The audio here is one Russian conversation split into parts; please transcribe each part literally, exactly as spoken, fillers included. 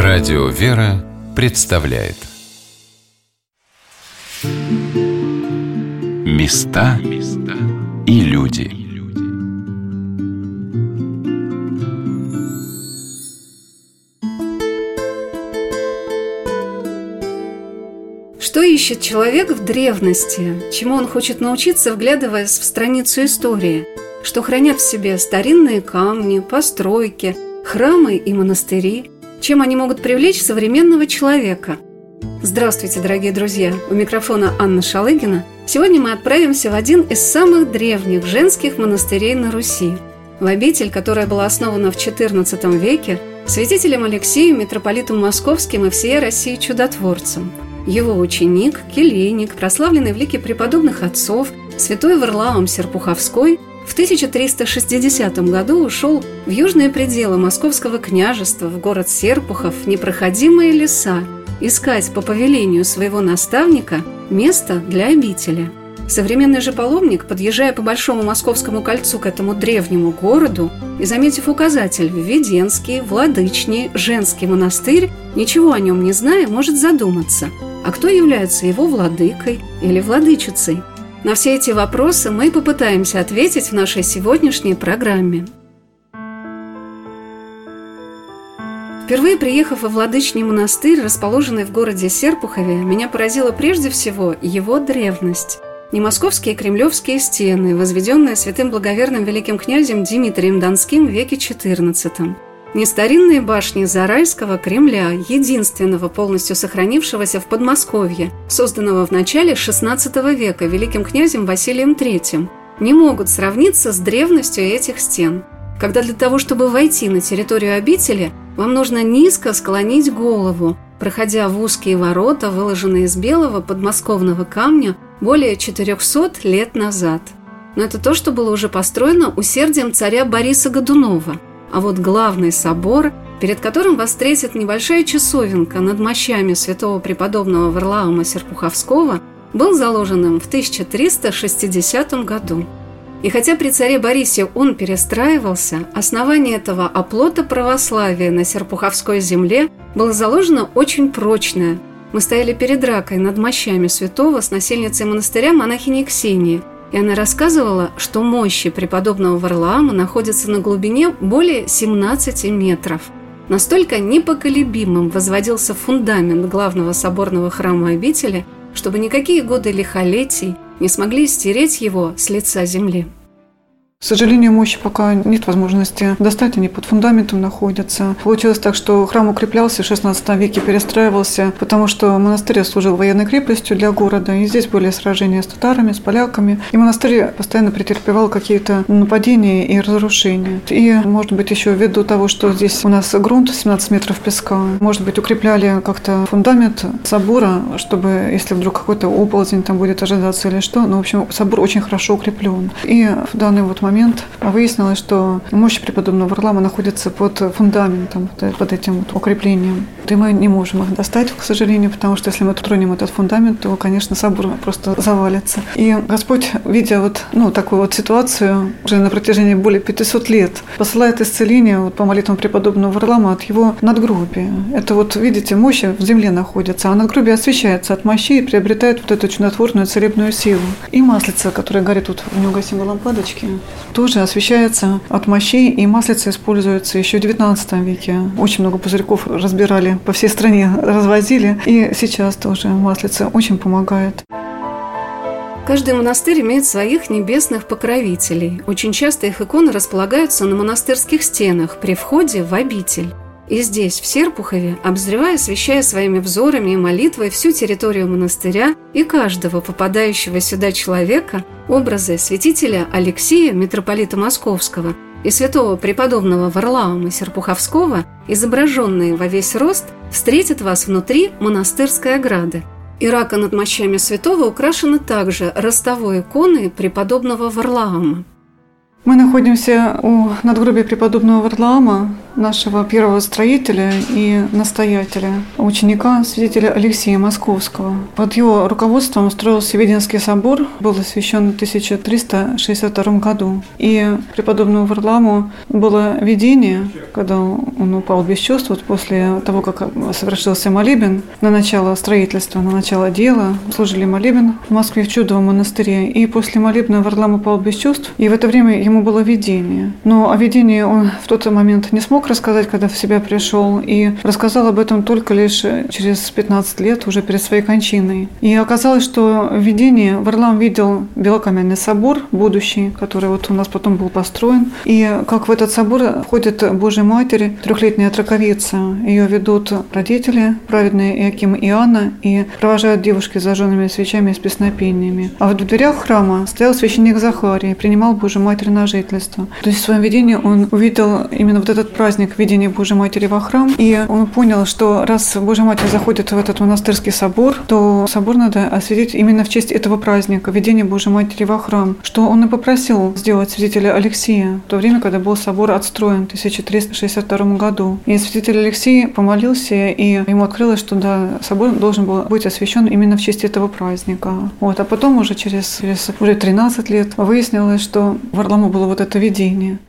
Радио «Вера» представляет Места и люди. Что ищет человек в древности? Чему он хочет научиться, вглядываясь в страницу истории? Что хранят в себе старинные камни, постройки, храмы и монастыри? Чем они могут привлечь современного человека? Здравствуйте, дорогие друзья! У микрофона Анна Шалыгина. Сегодня мы отправимся в один из самых древних женских монастырей на Руси. В обитель, которая была основана в четырнадцатом веке святителем Алексием, митрополитом Московским и всей России чудотворцем. Его ученик, келейник, прославленный в лике преподобных отцов, святой Варлаам Серпуховской, в тысяча триста шестидесятом году ушел в южные пределы Московского княжества, в город Серпухов, в непроходимые леса, искать по повелению своего наставника место для обители. Современный же паломник, подъезжая по Большому Московскому кольцу к этому древнему городу и заметив указатель «Введенский, Владычный, Женский монастырь», ничего о нем не зная, может задуматься, а кто является его владыкой или владычицей? На все эти вопросы мы попытаемся ответить в нашей сегодняшней программе. Впервые приехав во Владычный монастырь, расположенный в городе Серпухове, меня поразила прежде всего его древность. Не московские кремлевские стены, возведенные святым благоверным великим князем Дмитрием Донским в веке четырнадцатом, не старинные башни Зарайского Кремля, единственного полностью сохранившегося в Подмосковье, созданного в начале шестнадцатого века великим князем Василием третьим, не могут сравниться с древностью этих стен. Когда для того, чтобы войти на территорию обители, вам нужно низко склонить голову, проходя в узкие ворота, выложенные из белого подмосковного камня, более четырехсот лет назад. Но это то, что было уже построено усердием царя Бориса Годунова. А вот главный собор, перед которым вас встретит небольшая часовенка над мощами святого преподобного Варлаама Серпуховского, был заложен в тысяча триста шестидесятом году. И хотя при царе Борисе он перестраивался, основание этого оплота православия на Серпуховской земле было заложено очень прочное. Мы стояли перед ракой над мощами святого с насельницей монастыря монахиней Ксенией, и она рассказывала, что мощи преподобного Варлаама находятся на глубине более семнадцати метров. Настолько непоколебимым возводился фундамент главного соборного храма обители, чтобы никакие годы лихолетий не смогли стереть его с лица земли. К сожалению, мощи пока нет возможности достать, они под фундаментом находятся. Получилось так, что храм укреплялся в шестнадцатом веке, перестраивался, потому что монастырь служил военной крепостью для города, и здесь были сражения с татарами, с поляками, и монастырь постоянно претерпевал какие-то нападения и разрушения. И, может быть, еще ввиду того, что здесь у нас грунт семнадцать метров песка, может быть, укрепляли как-то фундамент собора, чтобы, если вдруг какой-то оползень там будет ожидаться или что, ну, в общем, собор очень хорошо укреплен. И в данный вот момент момент выяснилось, что мощи преподобного Варлаама находятся под фундаментом, под этим вот укреплением. И мы не можем их достать, к сожалению, потому что если мы тронем этот фундамент, то, конечно, собор просто завалится. И Господь, видя вот ну, такую вот ситуацию, уже на протяжении более пятисот лет, посылает исцеление вот, по молитвам преподобного Варлаама от его надгробия. Это вот, видите, мощи в земле находятся, а надгробие освещается от мощей и приобретает вот эту чудотворную целебную силу. И маслица, которая горит тут в неугасимой лампадочке, тоже освещается от мощей, и маслица используется еще в девятнадцатом веке. Очень много пузырьков разбирали, по всей стране развозили, и сейчас тоже маслица очень помогает. Каждый монастырь имеет своих небесных покровителей. Очень часто их иконы располагаются на монастырских стенах при входе в обитель. И здесь, в Серпухове, обозревая, освещая своими взорами и молитвой всю территорию монастыря и каждого попадающего сюда человека, образы святителя Алексия, митрополита Московского, и святого преподобного Варлаама Серпуховского, изображенные во весь рост, встретят вас внутри монастырской ограды. И рака над мощами святого украшена также ростовой иконой преподобного Варлаама. Мы находимся у надгробия преподобного Варлаама. нашего первого строителя и настоятеля, ученика святителя Алексия Московского. Под его руководством строился Веденский собор, был освящен в тысяча триста шестьдесят втором году. И преподобному Варламу было видение, когда он упал без чувств, вот после того, как совершился молебен на начало строительства, на начало дела, служили молебен в Москве в Чудовом монастыре, и после молебна Варлам упал без чувств, и в это время ему было видение. Но о видении он в тот момент не смог рассказать, когда в себя пришел, и рассказал об этом только лишь через пятнадцать лет, уже перед своей кончиной. И оказалось, что в видении Варлам видел Белокаменный собор, будущий, который вот у нас потом был построен, и как в этот собор входит Божья Матерь, трехлетняя троковица. Ее ведут родители, праведные Иаким и Анна, и провожают девушки с зажженными свечами и с песнопениями. А в дверях храма стоял священник Захарий, принимал Божью Матерь на жительство. То есть в своем видении он увидел именно вот этот праздник видения Божьей Матери во храм, и он понял, что раз Божья Матерь заходит в этот монастырский собор, то собор надо осветить именно в честь этого праздника, видения Божьей Матери во храм, что он и попросил сделать святителя Алексия в то время, когда был собор отстроен в тысяча триста шестьдесят втором году. И святитель Алексий помолился, и ему открылось, что да, собор должен был быть освящен именно в честь этого праздника. Вот. А потом уже через, через уже тринадцать лет выяснилось, что Варламу было вот это видение.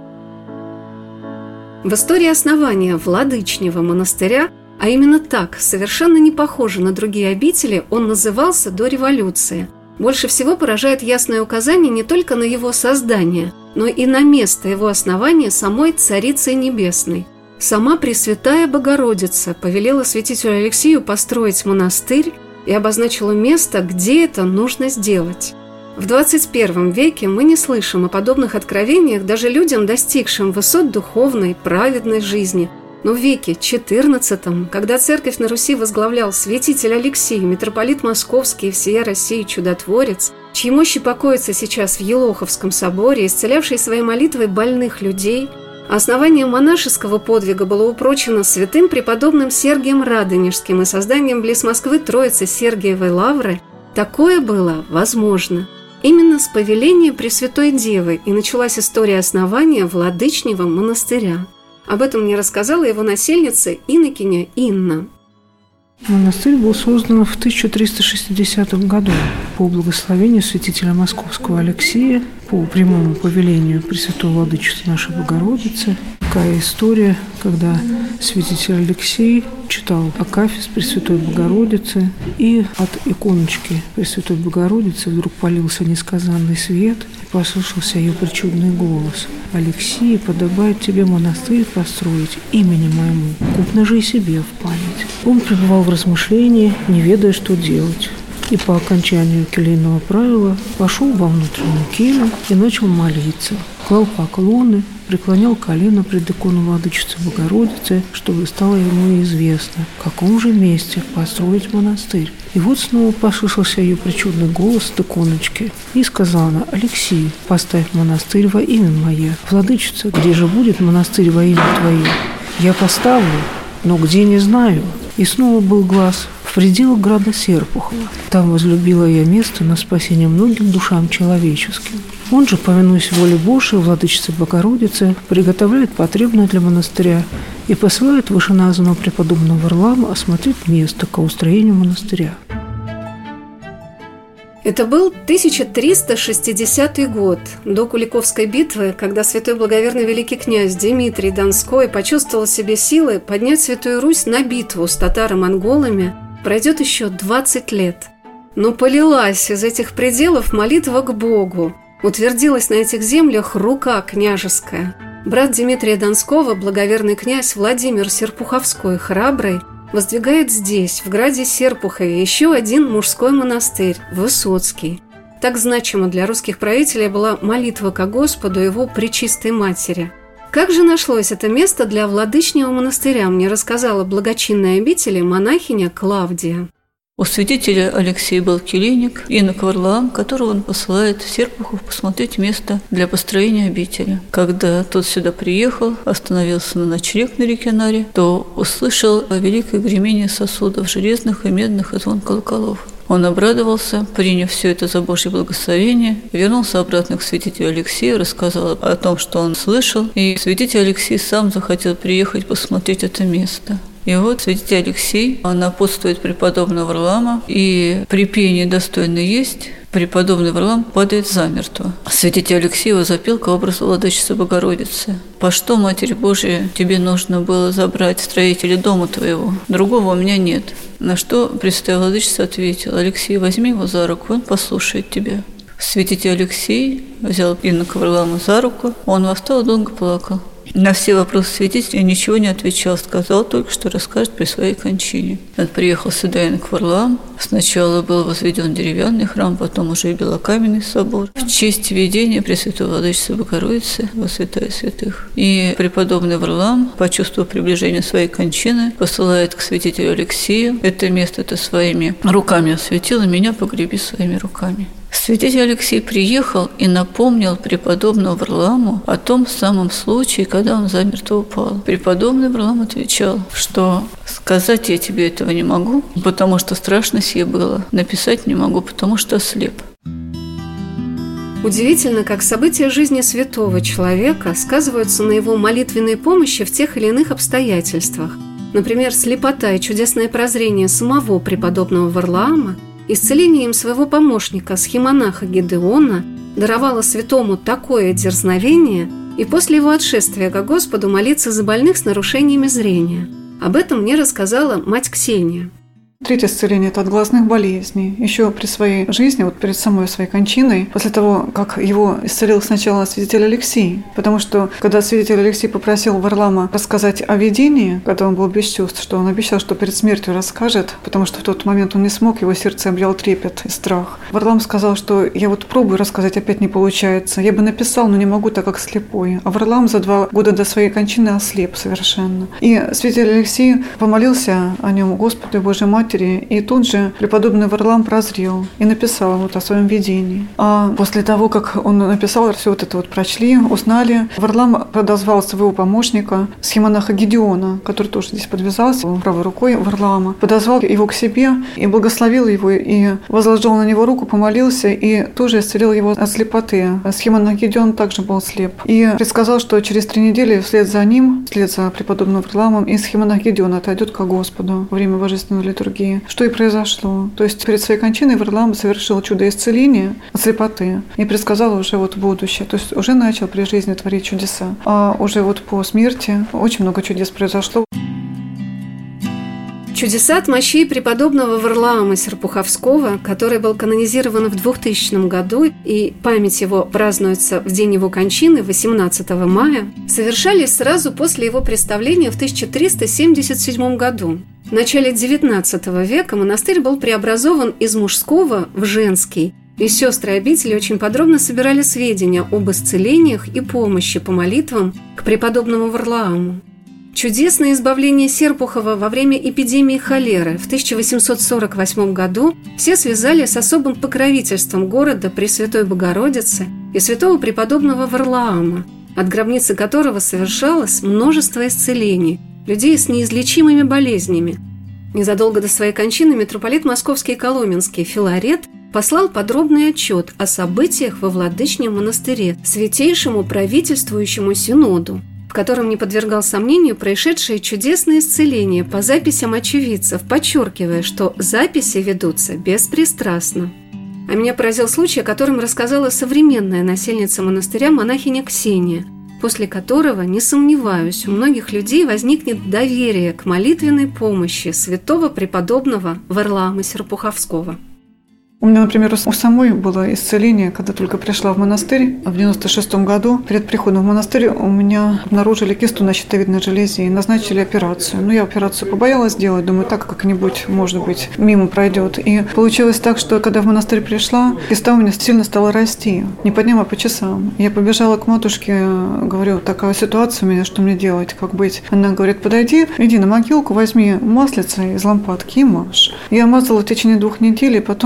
В истории основания Владычнего монастыря, а именно так, совершенно не похоже на другие обители, он назывался до революции. Больше всего поражает ясное указание не только на его создание, но и на место его основания самой Царицей Небесной. Сама Пресвятая Богородица повелела святителю Алексию построить монастырь и обозначила место, где это нужно сделать. В двадцать первом веке мы не слышим о подобных откровениях даже людям, достигшим высот духовной, праведной жизни. Но в веке четырнадцатом, когда церковь на Руси возглавлял святитель Алексий, митрополит Московский и всея России чудотворец, чьи мощи покоятся сейчас в Елоховском соборе, исцелявший своей молитвой больных людей, основание монашеского подвига было упрочено святым преподобным Сергием Радонежским и созданием близ Москвы Троицы Сергиевой Лавры, такое было возможно. Именно с повеления Пресвятой Девы и началась история основания Владычнего монастыря. Об этом мне рассказала его насельница инокиня Инна. Монастырь был создан в тысяча триста шестидесятом году по благословению святителя Московского Алексия, по прямому повелению Пресвятой Владычицы нашей Богородицы. Такая история, когда святитель Алексей читал акафист Пресвятой Богородицы, и от иконочки Пресвятой Богородицы вдруг полился несказанный свет, и послышался ее причудный голос: «Алексей, подобает тебе монастырь построить именем моему, купно же и себе в память». Он пребывал в размышлении, не ведая, что делать. И по окончанию келейного правила пошел во внутреннюю келью и начал молиться. Клал поклоны, преклонял колено пред иконой Владычицы Богородицы, чтобы стало ему известно, в каком же месте построить монастырь. И вот снова послышался ее причудный голос от иконочки. И сказала она: «Алексей, поставь монастырь во имя мое. Владычица, где же будет монастырь во имя твое? Я поставлю, но где, не знаю». И снова был глас: «В пределах града Серпухова. Там возлюбила я место на спасение многим душам человеческим». Он же, повинуясь воле Божией, Владычицы Богородицы, приготовляет потребное для монастыря и посылает вышеназванного преподобного Варлама осмотреть место ко устроению монастыря. Это был тысяча триста шестидесятый год, до Куликовской битвы, когда святой благоверный великий князь Дмитрий Донской почувствовал в себе силы поднять Святую Русь на битву с татаро-монголами. Пройдет еще двадцать лет. Но полилась из этих пределов молитва к Богу. Утвердилась на этих землях рука княжеская. Брат Дмитрия Донского, благоверный князь Владимир Серпуховской, храбрый, воздвигает здесь, в граде Серпухове, еще один мужской монастырь – Высоцкий. Так значимо для русских правителей была молитва ко Господу его Пречистой Матери. Как же нашлось это место для Владычнего монастыря, мне рассказала благочинной обители монахиня Клавдия. У святителя Алексея был келейник, инок Варлаам, которого он посылает в Серпухов посмотреть место для построения обители. Когда тот сюда приехал, остановился на ночлег на реке Наре, то услышал о великой гремение сосудов железных и медных и звон колоколов. Он обрадовался, приняв все это за Божье благословение, вернулся обратно к святителю Алексею, рассказал о том, что он слышал, и святитель Алексей сам захотел приехать посмотреть это место. И вот святитель Алексей напутствует преподобного Варлаама, и при пении «Достойно есть» преподобный Варлаам падает замертво. Святитель Алексей его запел к образу Владычицы Богородицы. «По что, Матерь Божия, тебе нужно было забрать строителя дома твоего? Другого у меня нет». На что Пресвятая Владычица ответила: «Алексей, возьми его за руку, он послушает тебя». Святитель Алексей взял инока Варлаама за руку, он восстал и долго плакал. На все вопросы святителя ничего не отвечал, сказал только, что расскажет при своей кончине. Он приехал сюда инок Варлаам. Сначала был возведен деревянный храм, потом уже и белокаменный собор в честь введения Пресвятой Владычицы Богородицы во святая святых. И преподобный Варлаам, почувствовав приближение своей кончины, посылает к святителю Алексею: «Это место ты своими руками осветил, и меня погреби своими руками». Святитель Алексей приехал и напомнил преподобному Варлааму о том самом случае, когда он замертво упал. Преподобный Варлаам отвечал, что сказать я тебе этого не могу, потому что страшно сие было, написать не могу, потому что ослеп. Удивительно, как события жизни святого человека сказываются на его молитвенной помощи в тех или иных обстоятельствах. Например, слепота и чудесное прозрение самого преподобного Варлаама, исцеление им своего помощника, схимонаха Гедеона, даровало святому такое дерзновение и после его отшествия ко Господу молиться за больных с нарушениями зрения. Об этом мне рассказала мать Ксения. Третье исцеление – это от глазных болезней. Еще при своей жизни, вот перед самой своей кончиной, после того, как его исцелил сначала святитель Алексей, потому что, когда святитель Алексей попросил Варлаама рассказать о видении, когда он был без чувств, что он обещал, что перед смертью расскажет, потому что в тот момент он не смог, его сердце объял трепет и страх. Варлаам сказал, что я вот пробую рассказать, опять не получается. Я бы написал, но не могу, так как слепой. А Варлаам за два года до своей кончины ослеп совершенно. И святитель Алексей помолился о нем: «Господи, Божьей Матери», и тут же преподобный Варлаам прозрел и написал вот о своем видении. А после того, как он написал, все вот это вот прочли, узнали, Варлаам подозвал своего помощника, схимонаха Гедеона, который тоже здесь подвязался правой рукой Варлаама, подозвал его к себе и благословил его, и возложил на него руку, помолился, и тоже исцелил его от слепоты. Схимонах Гедеон также был слеп. И предсказал, что через три недели вслед за ним, вслед за преподобным Варлаамом, и схимонах Гедеон отойдет ко Господу во время божественной литургии. Что и произошло. То есть перед своей кончиной Варлаам совершил чудо исцеления от слепоты и предсказал уже вот будущее. То есть уже начал при жизни творить чудеса. А уже вот по смерти очень много чудес произошло. Чудеса от мощей преподобного Варлаама Серпуховского, который был канонизирован в двухтысячном году, и память его празднуется в день его кончины, восемнадцатого мая, совершались сразу после его представления в тысяча триста семьдесят седьмом году. В начале девятнадцатого века монастырь был преобразован из мужского в женский, и сестры обители очень подробно собирали сведения об исцелениях и помощи по молитвам к преподобному Варлааму. Чудесное избавление Серпухова во время эпидемии холеры в тысяча восемьсот сорок восьмом году все связали с особым покровительством города Пресвятой Богородицы и святого преподобного Варлаама, от гробницы которого совершалось множество исцелений людей с неизлечимыми болезнями. Незадолго до своей кончины митрополит Московский и Коломенский Филарет послал подробный отчет о событиях во Владычном монастыре Святейшему правительствующему синоду, в котором не подвергал сомнению происшедшие чудесные исцеления по записям очевидцев, подчеркивая, что записи ведутся беспристрастно. А меня поразил случай, о котором рассказала современная насельница монастыря монахиня Ксения, после которого, не сомневаюсь, у многих людей возникнет доверие к молитвенной помощи святого преподобного Варлаама Серпуховского. У меня, например, у самой было исцеление, когда только пришла в монастырь. В девяносто шестом году, перед приходом в монастырь, у меня обнаружили кисту на щитовидной железе и назначили операцию. Ну, я операцию побоялась делать, думаю, так как-нибудь, может быть, мимо пройдет. И получилось так, что когда в монастырь пришла, киста у меня сильно стала расти. Не по дням, а по часам. Я побежала к матушке, говорю, такая ситуация у меня, что мне делать, как быть? Она говорит, подойди, иди на могилку, возьми маслице из лампадки и мажь. Я мазала в течение двух недель, и потом в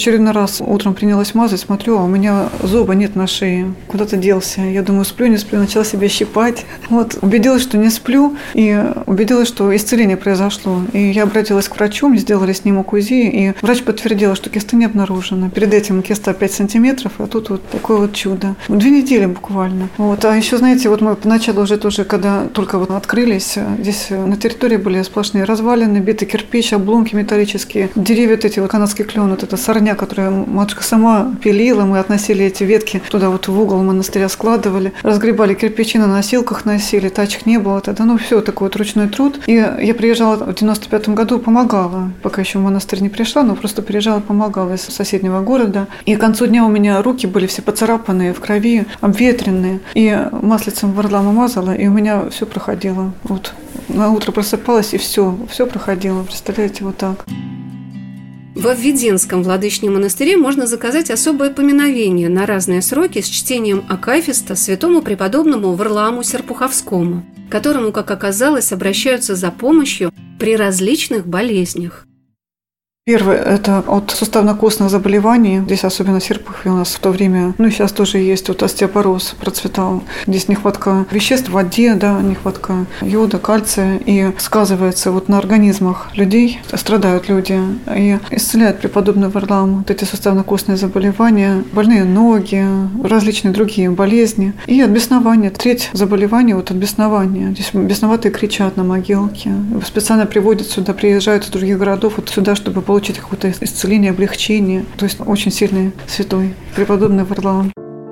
очередной раз утром принялась мазать, смотрю, а у меня зуба нет на шее. Куда-то делся. Я думаю, сплю, не сплю, начала себя щипать. Вот, убедилась, что не сплю, и убедилась, что исцеление произошло. И я обратилась к врачу, мне сделали снимок УЗИ, и врач подтвердила, что киста не обнаружена. Перед этим киста пять сантиметров, а тут вот такое вот чудо. Две недели буквально. Вот. А еще, знаете, вот мы поначалу уже тоже, когда только вот открылись, здесь на территории были сплошные развалины, битый кирпич, обломки металлические, деревья вот эти, вот канадский клен, вот это сорняк, которую матушка сама пилила, мы относили эти ветки туда вот в угол монастыря складывали, разгребали кирпичи, на носилках носили, тачек не было тогда, ну все, такой вот ручной труд. И я приезжала в девяносто пятом году, помогала, пока еще в монастырь не пришла, но просто приезжала, помогала из соседнего города. И к концу дня у меня руки были все поцарапанные, в крови, обветренные. И маслицем Варлама мазала, и у меня все проходило. Вот на утро просыпалась, и все, все проходило. Представляете, вот так. Во Введенском Владычном монастыре можно заказать особое поминовение на разные сроки с чтением акафиста святому преподобному Варлааму Серпуховскому, к которому, как оказалось, обращаются за помощью при различных болезнях. Первое – это от суставно-костных заболеваний. Здесь особенно в Серпухове у нас в то время, ну и сейчас тоже есть, вот остеопороз процветал. Здесь нехватка веществ в воде, да, нехватка йода, кальция. И сказывается вот на организмах людей, страдают люди. И исцеляет преподобный Варлаам вот эти суставно-костные заболевания, больные ноги, различные другие болезни. И от беснования. Треть заболеваний вот от беснования. Здесь бесноватые кричат на могилке. Специально приводят сюда, приезжают из других городов вот сюда, чтобы получить получить какое-то исцеление, облегчение. То есть очень сильный святой, преподобный Варлаам.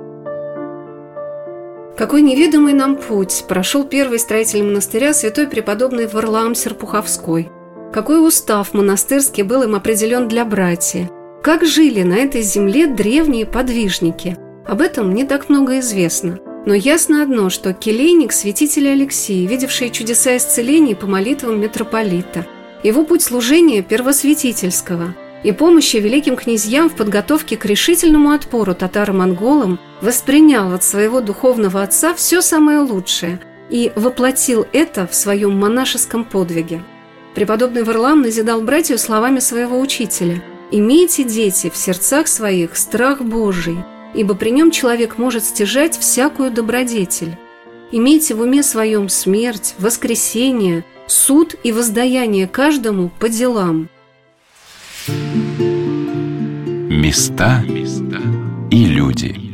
Какой неведомый нам путь прошел первый строитель монастыря, святой преподобный Варлаам Серпуховской. Какой устав монастырский был им определен для братьев. Как жили на этой земле древние подвижники. Об этом не так много известно. Но ясно одно, что келейник святителя Алексия, видевший чудеса исцеления по молитвам митрополита, его путь служения первосвятительского и помощи великим князьям в подготовке к решительному отпору татаро-монголам воспринял от своего духовного отца все самое лучшее и воплотил это в своем монашеском подвиге. Преподобный Варлаам назидал братью словами своего учителя: «Имейте, дети, в сердцах своих страх Божий, ибо при нем человек может стяжать всякую добродетель. Имейте в уме своем смерть, воскресение, суд и воздаяние каждому по делам». Места и люди.